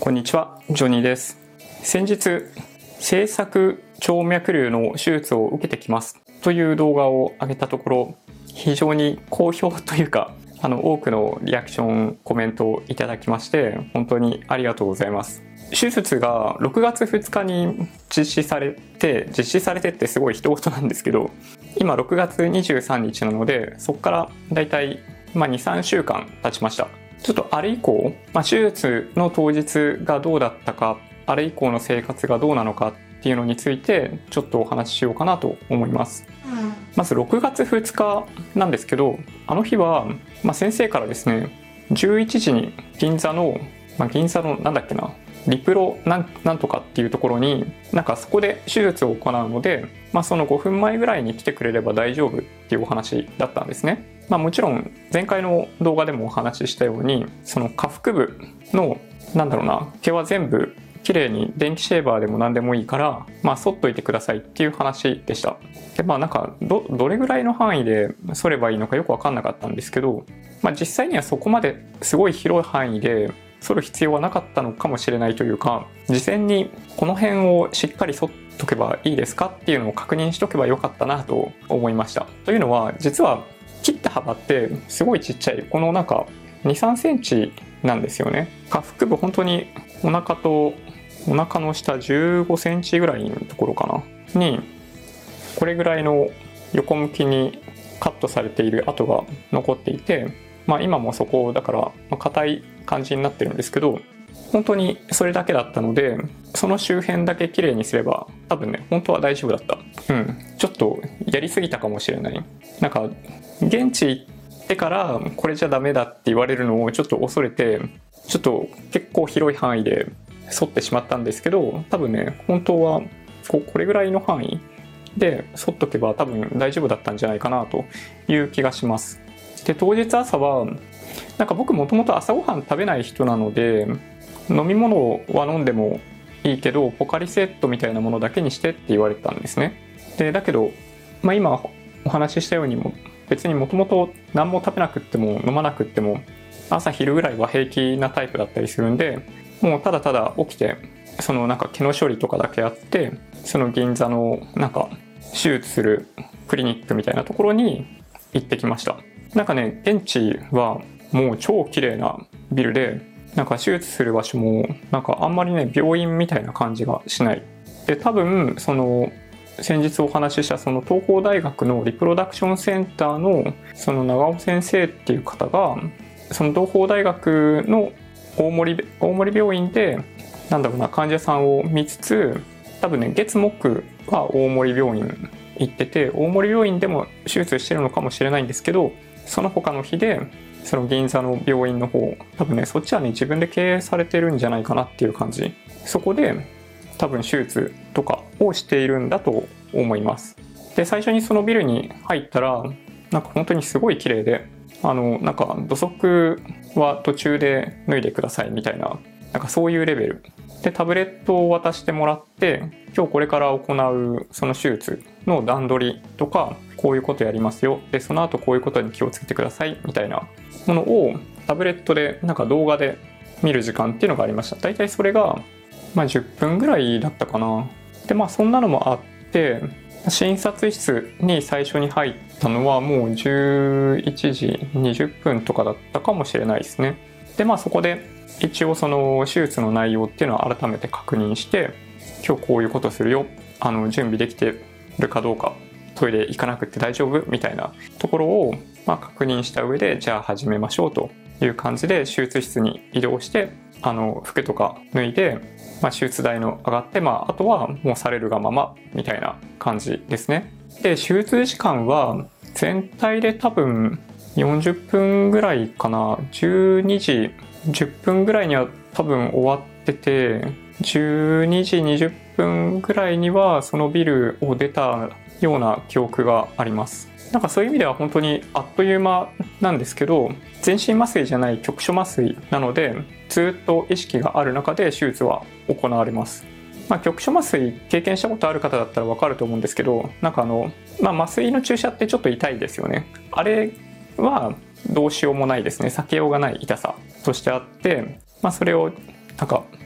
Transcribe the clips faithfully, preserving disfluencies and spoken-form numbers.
こんにちは、ジョニーです。先日、制作静脈瘤の手術を受けてきますという動画を上げたところ、非常に好評というか、あの多くのリアクション、コメントをいただきまして、本当にありがとうございます。手術がろくがつふつかに実施されて、実施されてってすごい一言なんですけど、今ろくがつにじゅうさんにちなので、そこからだいたいまあにさんしゅうかん経ちました。ちょっとあれ以降、まあ、手術の当日がどうだったか、あれ以降の生活がどうなのかっていうのについてちょっとお話ししようかなと思います。うん、まずろくがつふつかなんですけど、あの日は、まあ、先生からですね、じゅういちじに銀座の、まあ、銀座のなんだっけな、リプロなんなんとかっていうところに、なんかそこで手術を行うので、まあ、そのごふんまえぐらいに来てくれれば大丈夫っていうお話だったんですね。まあ、もちろん前回の動画でもお話ししたように、その下腹部のなんだろうな、毛は全部綺麗に電気シェーバーでも何でもいいから、まあ、剃っといてくださいっていう話でした。で、まあなんか ど, どれぐらいの範囲で剃ればいいのかよく分かんなかったんですけど、まあ、実際にはそこまですごい広い範囲で剃る必要はなかったのかもしれないというか、事前にこの辺をしっかり剃っとけばいいですかっていうのを確認しとけばよかったなと思いました。というのは、実は切った幅ってすごいちっちゃい、このなんかに、さんセンチなんですよね。下腹部本当にお腹とお腹の下じゅうごセンチぐらいのところかなに、これぐらいの横向きにカットされている跡が残っていて、まあ今もそこだから硬い感じになってるんですけど、本当にそれだけだったので、その周辺だけ綺麗にすれば多分ね、本当は大丈夫だった。うん、ちょっとやりすぎたかもしれない。なんか現地行ってからこれじゃダメだって言われるのをちょっと恐れて、ちょっと結構広い範囲で剃ってしまったんですけど、多分ね、本当はここれぐらいの範囲で剃っとけば多分大丈夫だったんじゃないかなという気がします。で、当日朝はなんか僕もともと朝ごはん食べない人なので、飲み物は飲んでもいいけどポカリスエットみたいなものだけにしてって言われたんですね。でだけど、まあ、今お話ししたようにも別にもともと何も食べなくっても飲まなくっても朝昼ぐらいは平気なタイプだったりするんで、もうただただ起きてそのなんか毛の処理とかだけやって、その銀座のなんか手術するクリニックみたいなところに行ってきました。なんかね、現地はもう超綺麗なビルで、なんか手術する場所もなんかあんまりね、病院みたいな感じがしない。で、多分その先日お話ししたその東邦大学のリプロダクションセンターのその長尾先生っていう方が、その東邦大学の大森大森病院でなんだろうな、患者さんを見つつ、多分ね、月木は大森病院行ってて、大森病院でも手術してるのかもしれないんですけど、その他の日でその銀座の病院の方、多分ね、そっちはね、自分で経営されてるんじゃないかなっていう感じ。そこで多分手術とかをしているんだと思います。で、最初にそのビルに入ったら、なんか本当にすごい綺麗で、あのなんか土足は途中で脱いでくださいみたいな、なんかそういうレベルで、タブレットを渡してもらって、今日これから行うその手術の段取りとか、こういうことやりますよ、でその後こういうことに気をつけてくださいみたいなものをタブレットでなんか動画で見る時間っていうのがありました。だいたいそれがまあじゅっぷんぐらいだったかな。で、まあそんなのもあって、診察室に最初に入ったのはもうじゅういちじにじゅっぷんとかだったかもしれないですね。で、まあそこで一応その手術の内容っていうのは改めて確認して、今日こういうことするよ、あの準備できてるかどうか、トイレ行かなくて大丈夫みたいなところをまあ確認した上で、じゃあ始めましょうという感じで手術室に移動して、あの服とか脱いで、まあ、手術台の上がって、まあ、あとはもうされるがままみたいな感じですね。で、手術時間は全体で多分よんじゅっぷんぐらいかな。じゅうにじじゅっぷんぐらいには多分終わってて、じゅうにじにじゅっぷんぐらいにはそのビルを出たような記憶があります。なんかそういう意味では本当にあっという間なんですけど、全身麻酔じゃない局所麻酔なので、ずっと意識がある中で手術は行われます。まあ、局所麻酔経験したことある方だったら分かると思うんですけど、なんかあの、まあ、麻酔の注射ってちょっと痛いですよね。あれはどうしようもないですね。避けようがない痛さとしてあって、まあ、それをなんか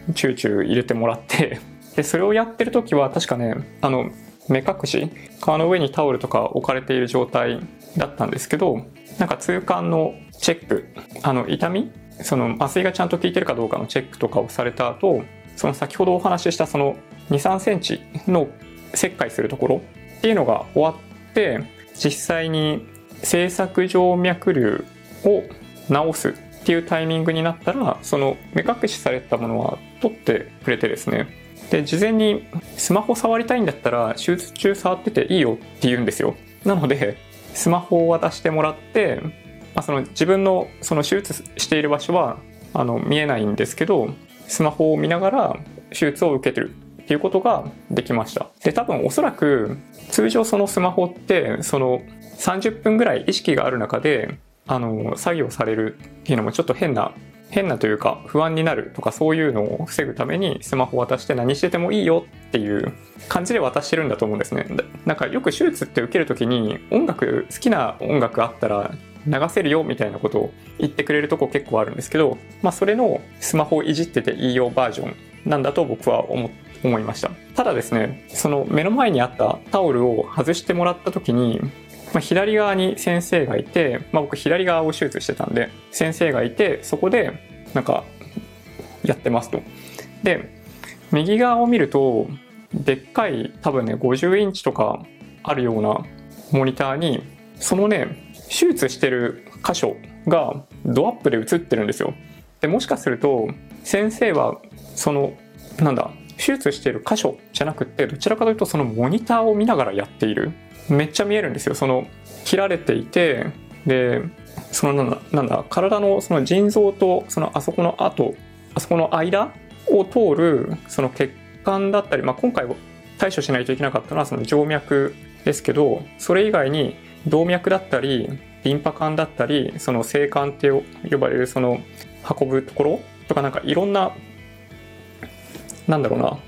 チューチュー入れてもらって、でそれをやってる時は確かね、あの目隠し、皮の上にタオルとか置かれている状態だったんですけど、なんか痛感のチェック、あの痛み、その麻酔がちゃんと効いてるかどうかのチェックとかをされた後、その先ほどお話ししたそのに、さんセンチの切開するところっていうのが終わって、実際に静脈静脈瘤を治すっていうタイミングになったら、その目隠しされたものは取ってくれてですね、で事前にスマホ触りたいんだったら手術中触ってていいよって言うんですよ。なのでスマホを渡してもらって、まあ、その自分のその手術している場所はあの見えないんですけど、スマホを見ながら手術を受けてるっていうことができました。で多分おそらく通常そのスマホってそのさんじゅっぷんぐらい意識がある中であの作業されるっていうのもちょっと変な変なというか不安になるとか、そういうのを防ぐためにスマホを渡して何しててもいいよっていう感じで渡してるんだと思うんですね。なんかよく手術って受けるときに音楽、好きな音楽あったら流せるよみたいなことを言ってくれるとこ結構あるんですけど、まあそれのスマホをいじってていいよバージョンなんだと僕は思思いました。ただですね、その目の前にあったタオルを外してもらった時に、まあ、左側に先生がいて、まあ、僕左側を手術してたんで先生がいて、そこでなんかやってますと。で右側を見るとでっかい多分ねごじゅうインチとかあるようなモニターにそのね手術してる箇所がドアップで映ってるんですよ。でもしかすると先生はそのなんだ手術している箇所じゃなくて、どちらかというとそのモニターを見ながらやっている。めっちゃ見えるんですよ。その切られていて、でそのなんだなんだ体のその腎臓とそのあそこの後あそこの間を通るその血管だったり、まあ、今回対処しないといけなかったのはその静脈ですけど、それ以外に動脈だったりリンパ管だったり、その性管って呼ばれるその運ぶところとか、なんかいろんななんだろうな、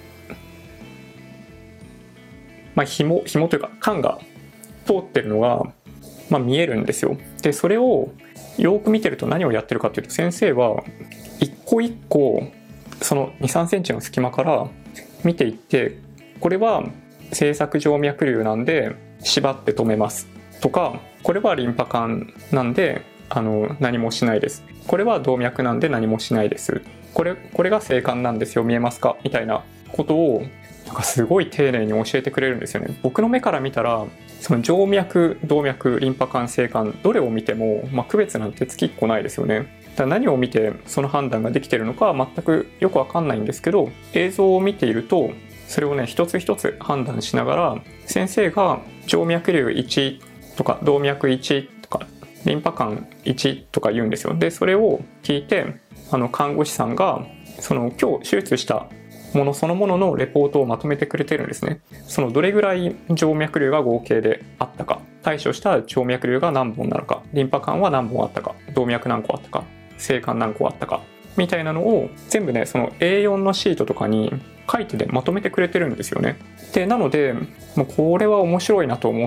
まあ紐紐というか管が通ってるのが、まあ、見えるんですよ。でそれをよく見てると何をやってるかというと、先生は一個一個そのに、さんセンチの隙間から見ていって、これは静脈静脈瘤なんで縛って止めますとか、これはリンパ管なんであの何もしないです、これは動脈なんで何もしないです、これこれが性管なんですよ、見えますかみたいなことをなんかすごい丁寧に教えてくれるんですよね。僕の目から見たらその静脈動脈リンパ管性管どれを見ても、まあ、区別なんてつきっこないですよね。だから何を見てその判断ができているのかは全くよくわかんないんですけど、映像を見ているとそれをね一つ一つ判断しながら、先生が静脈瘤いちとか動脈いちとかリンパ管いちとか言うんですよ。でそれを聞いて、あの看護師さんがその今日手術したものそのもののレポートをまとめてくれてるんですね。そのどれぐらい静脈瘤が合計であったか、対処した静脈瘤が何本なのか、リンパ管は何本あったか、動脈何個あったか、性管何個あったかみたいなのを全部ねその エーよん のシートとかに書いてでまとめてくれてるんですよね。でなのでもうこれは面白いなと思って、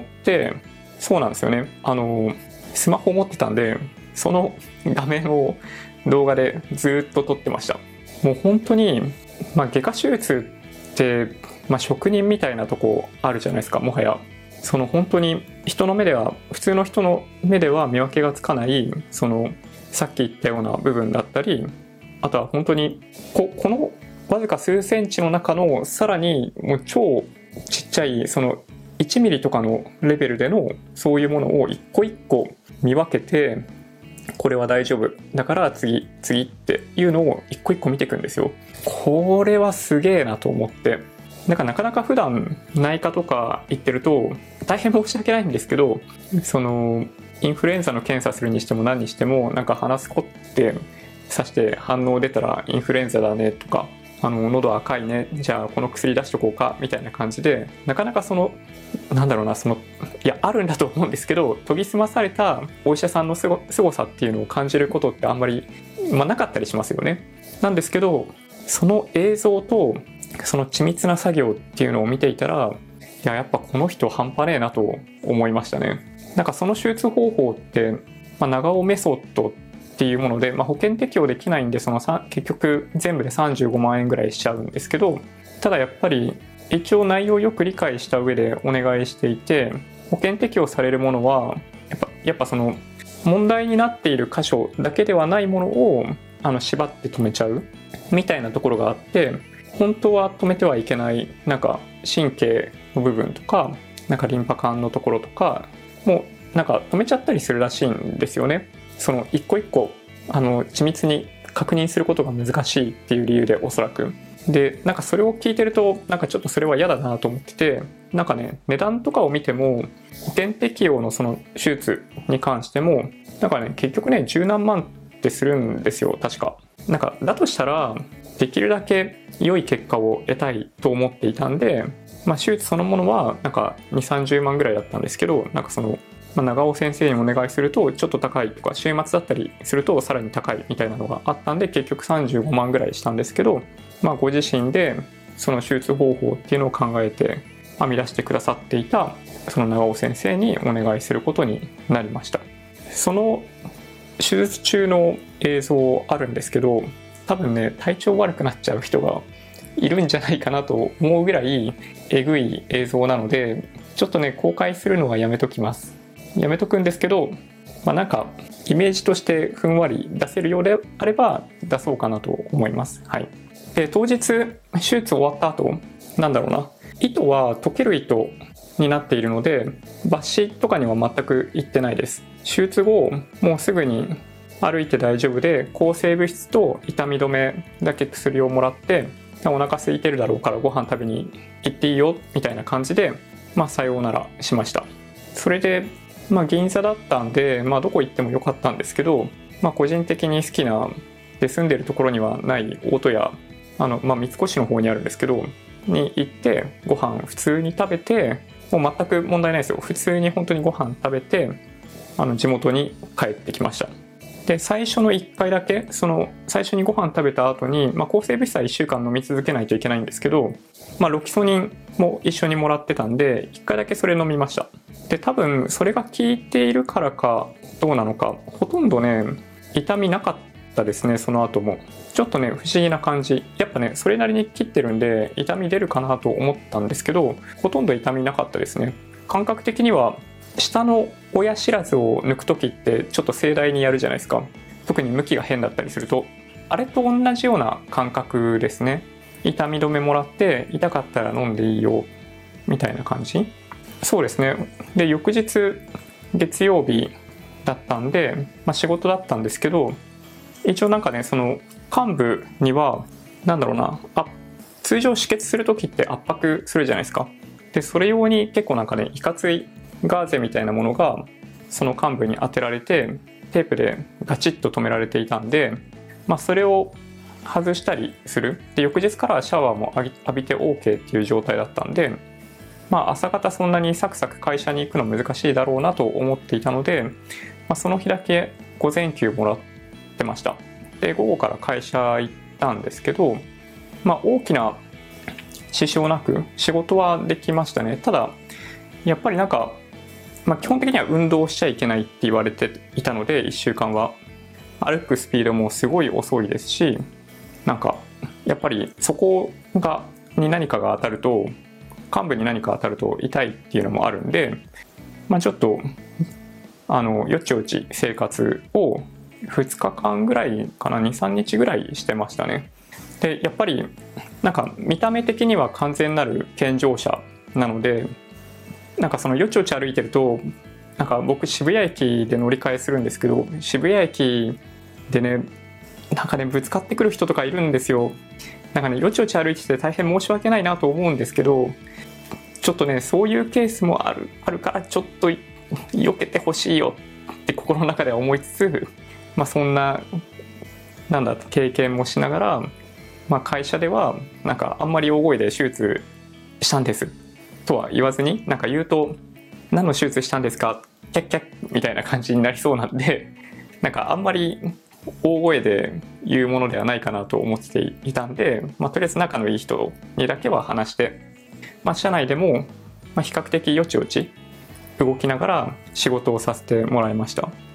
そうなんですよね、あのスマホ持ってたんでその画面を動画でずっと撮ってました。もう本当にまあ、外科手術って、まあ、職人みたいなとこあるじゃないですか。もはやその本当に人の目では普通の人の目では見分けがつかないそのさっき言ったような部分だったり、あとは本当に こ, このわずか数センチの中のさらにもう超ちっちゃいそのいちミリとかのレベルでのそういうものを一個一個見分けて、これは大丈夫だから次次っていうのを一個一個見ていくんですよ。これはすげえなと思って、なんかなかなか普段内科とか行ってると大変申し訳ないんですけど、そのインフルエンザの検査するにしても何にしてもなんか鼻すこって刺して反応出たらインフルエンザだねとか、あの喉赤いねじゃあこの薬出しとこうかみたいな感じで、なかなかそのなんだろうな、そのいやあるんだと思うんですけど、研ぎ澄まされたお医者さんのすご、すごさっていうのを感じることってあんまり、まあ、なかったりしますよね。なんですけどその映像とその緻密な作業っていうのを見ていたら、いややっぱこの人半端ねえなと思いましたね。なんかその手術方法って、まあ、長尾メソッドっっていうもので、まあ、保険適用できないんでそのさ結局全部でさんじゅうごまんえんぐらいしちゃうんですけど、ただやっぱり一応内容をよく理解した上でお願いしていて、保険適用されるものはやっぱ、やっぱその問題になっている箇所だけではないものをあの縛って止めちゃうみたいなところがあって、本当は止めてはいけないなんか神経の部分とかなんかリンパ管のところとかもうなんか止めちゃったりするらしいんですよね。その一個一個あの緻密に確認することが難しいっていう理由で、おそらく。でなんかそれを聞いてるとなんかちょっとそれは嫌だなと思ってて、なんかね値段とかを見ても保険適用のその手術に関してもなんかね結局ね十何万ってするんですよ確か。なんかだとしたらできるだけ良い結果を得たいと思っていたんで、まあ、手術そのものはなんかにじゅう、さんじゅうまんぐらいだったんですけど、なんかその、まあ、長尾先生にお願いするとちょっと高いとか、週末だったりするとさらに高いみたいなのがあったんで、結局さんじゅうごまんぐらいしたんですけど、まあ、ご自身でその手術方法っていうのを考えて編み出してくださっていたその長尾先生にお願いすることになりました。その手術中の映像あるんですけど、多分ね体調悪くなっちゃう人がいるんじゃないかなと思うぐらいえぐい映像なので、ちょっとね公開するのはやめときますやめとくんですけど、まあなんかイメージとしてふんわり出せるようであれば出そうかなと思います。はい。で当日手術終わった後、なんだろうな、糸は溶ける糸になっているので抜歯とかには全く行ってないです。手術後もうすぐに歩いて大丈夫で、抗生物質と痛み止めだけ薬をもらって、お腹空いてるだろうからご飯食べに行っていいよみたいな感じで、まあさようならしました。それで、まあ、銀座だったんで、まあ、どこ行ってもよかったんですけど、まあ、個人的に好きなで住んでるところにはない大戸屋、あの、まあ、三越の方にあるんですけどに行ってご飯普通に食べて、もう全く問題ないですよ。普通に本当にご飯食べてあの地元に帰ってきました。で最初のいっかいだけ、その最初にご飯食べた後に、まあ、抗生物質はいっしゅうかん飲み続けないといけないんですけど、まあ、ロキソニンも一緒にもらってたんでいっかいだけそれ飲みました。で多分それが効いているからかどうなのか、ほとんどね痛みなかったですね。その後もちょっとね不思議な感じ、やっぱねそれなりに切ってるんで痛み出るかなと思ったんですけど、ほとんど痛みなかったですね。感覚的には下の親知らずを抜く時ってちょっと盛大にやるじゃないですか。特に向きが変だったりすると、あれと同じような感覚ですね。痛み止めもらって痛かったら飲んでいいよみたいな感じ。そうですね。で翌日月曜日だったんで、まあ、仕事だったんですけど、一応なんかねその患部にはなんだろうなあ通常止血する時って圧迫するじゃないですか。でそれ用に結構なんかねいかついガーゼみたいなものがその患部に当てられてテープでガチッと止められていたんで、まあ、それを外したりする。で翌日からシャワーも浴びて OK っていう状態だったんで、まあ、朝方そんなにサクサク会社に行くの難しいだろうなと思っていたので、まあ、その日だけ午前休もらってました。で午後から会社行ったんですけど、まあ、大きな支障なく仕事はできましたね。ただやっぱりなんかまあ、基本的には運動しちゃいけないって言われていたのでいっしゅうかんは歩くスピードもすごい遅いですし、なんかやっぱりそこがに何かが当たると患部に何か当たると痛いっていうのもあるんで、まあ、ちょっとあのよちよち生活をふつかかんぐらいかな、にさんにちぐらいしてましたね。でやっぱりなんか見た目的には完全なる健常者なので、なんかそのよちよち歩いてると、なんか僕渋谷駅で乗り換えするんですけど、渋谷駅でねなんかねぶつかってくる人とかいるんですよ。なんかねよちよち歩いてて大変申し訳ないなと思うんですけど、ちょっとねそういうケースもあるあるからちょっと避けてほしいよって心の中では思いつつ、まあそんななんだ経験もしながら、まあ、会社ではなんかあんまり大声で手術したんですとは言わずに、なんか言うと何の手術したんですかキャッキャッみたいな感じになりそうなんで、なんかあんまり大声で言うものではないかなと思っていたんで、まあ、とりあえず仲のいい人にだけは話して、まあ、社内でも比較的よちよち動きながら仕事をさせてもらいました。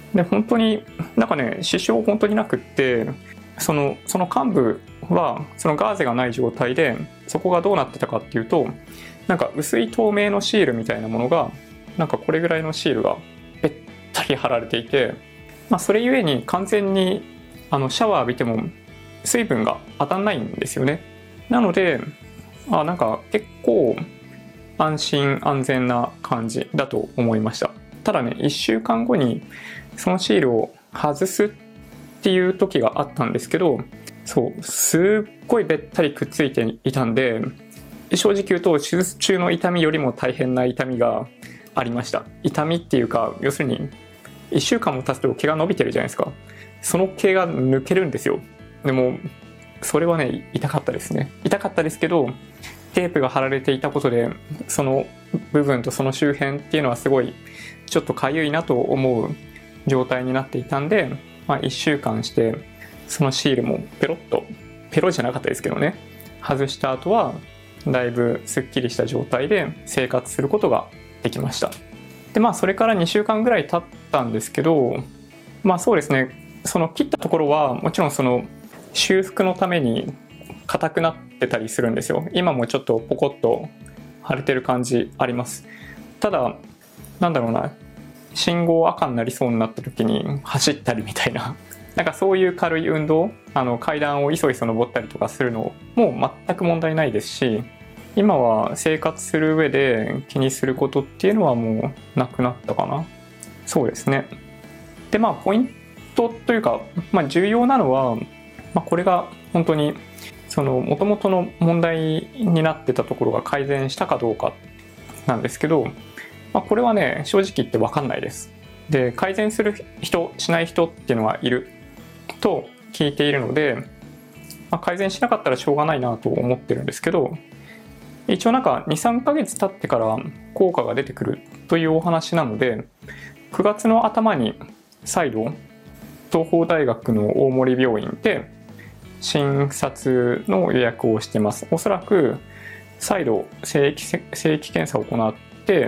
で本当になんかね支障本当になくって、そのその幹部はそのガーゼがない状態で、そこがどうなってたかっていうと、なんか薄い透明のシールみたいなものが、なんかこれぐらいのシールがべったり貼られていて、まあ、それゆえに完全にあのシャワー浴びても水分が当たんないんですよね。なのであなんか結構安心安全な感じだと思いました。ただね、いっしゅうかんごにそのシールを外すっていう時があったんですけど、そうすっごいべったりくっついていたんで、正直言うと手術中の痛みよりも大変な痛みがありました。痛みっていうか、要するにいっしゅうかんも経つと毛が伸びてるじゃないですか。その毛が抜けるんですよ。でもそれはね痛かったですね。痛かったですけど、テープが貼られていたことでその部分とその周辺っていうのはすごいちょっとかゆいなと思う状態になっていたんで、まあ、いっしゅうかんしてそのシールもペロッと、ペロじゃなかったですけどね、外した後はだいぶすっきりした状態で生活することができました。でまあそれからにしゅうかんぐらい経ったんですけど、まあそうですね、その切ったところはもちろんその修復のために硬くなってたりするんですよ。今もちょっとポコッと腫れてる感じあります。ただなんだろうな、信号赤になりそうになった時に走ったりみたいな、なんかそういう軽い運動、あの階段をいそいそ登ったりとかするのも全く問題ないですし、今は生活する上で気にすることっていうのはもうなくなったかな。そうですね。でまあポイントというか、まあ、重要なのは、まあ、これが本当にその元々の問題になってたところが改善したかどうかなんですけど、まあ、これはね正直言って分かんないです。で改善する人しない人っていうのはいると聞いているので、まあ、改善しなかったらしょうがないなと思ってるんですけど、一応なんか にさんかげつ経ってから効果が出てくるというお話なので、くがつの頭に再度東邦大学の大森病院で診察の予約をしてます。おそらく再度精液、精液検査を行って、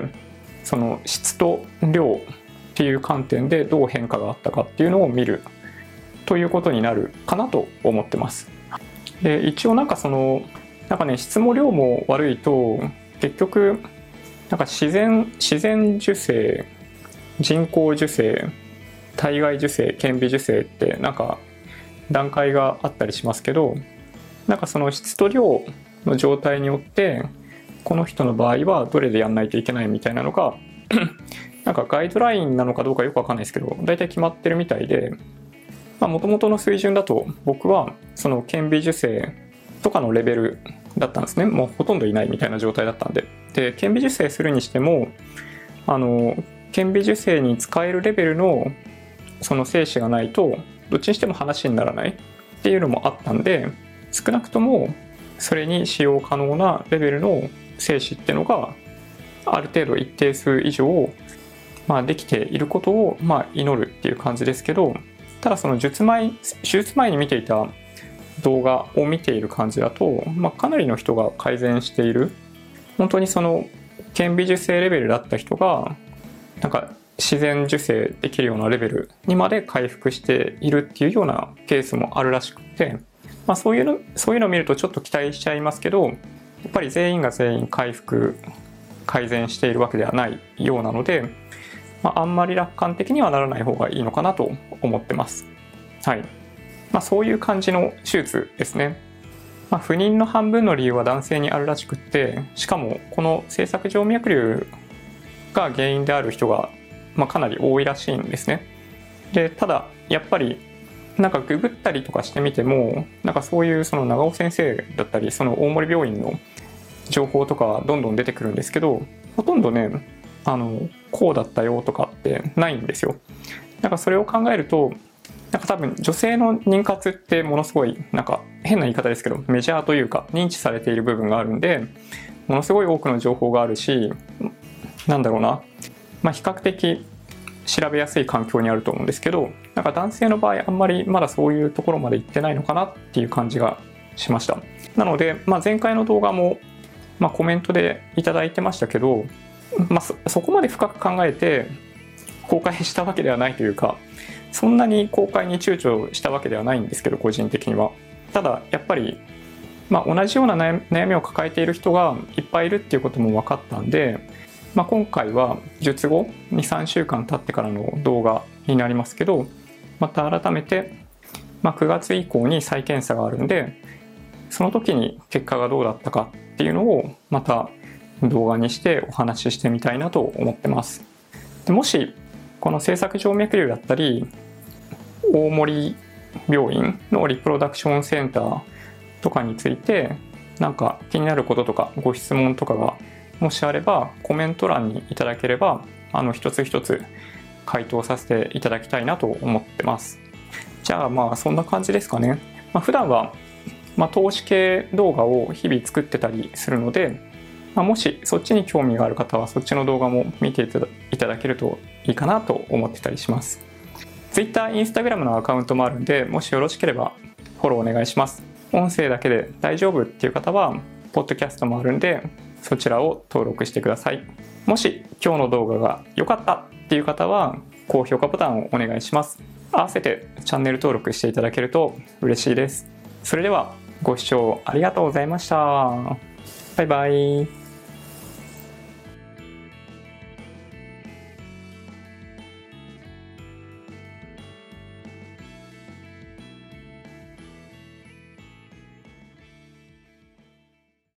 その質と量っていう観点でどう変化があったかっていうのを見るということになるかなと思ってます。で一応なんかそのなんかね質も量も悪いと結局なんか自然自然受精、人工受精、体外受精、顕微授精ってなんか段階があったりしますけど、なんかその質と量の状態によってこの人の場合はどれでやんないといけないみたいなのがなんかガイドラインなのかどうかよくわかんないですけど、大体決まってるみたいで、もともとの水準だと僕はその顕微授精とかのレベルだったんですね。もうほとんどいないみたいな状態だったんで。で顕微授精するにしてもあの顕微授精に使えるレベルのその精子がないとどっちにしても話にならないっていうのもあったんで、少なくともそれに使用可能なレベルの精子っていうのがある程度一定数以上、まあ、できていることをまあ祈るっていう感じですけど、ただその術前手術前に見ていた動画を見ている感じだと、まあ、かなりの人が改善している。本当にその顕微授精レベルだった人がなんか自然受精できるようなレベルにまで回復しているっていうようなケースもあるらしくて、まあ、そういうのそういうのを見るとちょっと期待しちゃいますけど、やっぱり全員が全員回復改善しているわけではないようなので、まあ、あんまり楽観的にはならない方がいいのかなと思ってます。はい。まあ、そういう感じの手術ですね。まあ、不妊の半分の理由は男性にあるらしくって、しかもこの制作静脈瘤が原因である人が、まあ、かなり多いらしいんですね。で、ただやっぱりなんかググったりとかしてみても、なんかそういうその長尾先生だったりその大森病院の情報とかどんどん出てくるんですけど、ほとんどねあのこうだったよとかってないんですよ。なんかそれを考えると、なんか多分女性の妊活ってものすごいなんか変な言い方ですけどメジャーというか認知されている部分があるんで、ものすごい多くの情報があるし、なんだろうな、まあ比較的調べやすい環境にあると思うんですけど、なんか男性の場合あんまりまだそういうところまで行ってないのかなっていう感じがしました。なので、まあ、前回の動画も、まあ、コメントでいただいてましたけど、まあ、そ, そこまで深く考えて公開したわけではないというか、そんなに公開に躊躇したわけではないんですけど、個人的には。ただやっぱり、まあ、同じような悩みを抱えている人がいっぱいいるっていうことも分かったんで、まあ、今回は術後 にさんしゅうかん経ってからの動画になりますけど、また改めて、まあ、くがつ以降に再検査があるんで、その時に結果がどうだったかっていうのをまた動画にしてお話ししてみたいなと思ってます。でもしこの制作静脈瘤だったり大森病院のリプロダクションセンターとかについてなんか気になることとかご質問とかがもしあればコメント欄にいただければ、あの一つ一つ回答させていただきたいなと思ってます。じゃあまあそんな感じですかね。まあ、普段はまあ投資系動画を日々作ってたりするので、まあ、もしそっちに興味がある方はそっちの動画も見ていただけるといいかなと思ってたりします。Twitter、Instagram のアカウントもあるんで、もしよろしければフォローお願いします。音声だけで大丈夫っていう方はポッドキャストもあるんで、そちらを登録してください。もし今日の動画が良かったっていう方は高評価ボタンをお願いします。合わせてチャンネル登録していただけると嬉しいです。それではご視聴ありがとうございました。バイバイ。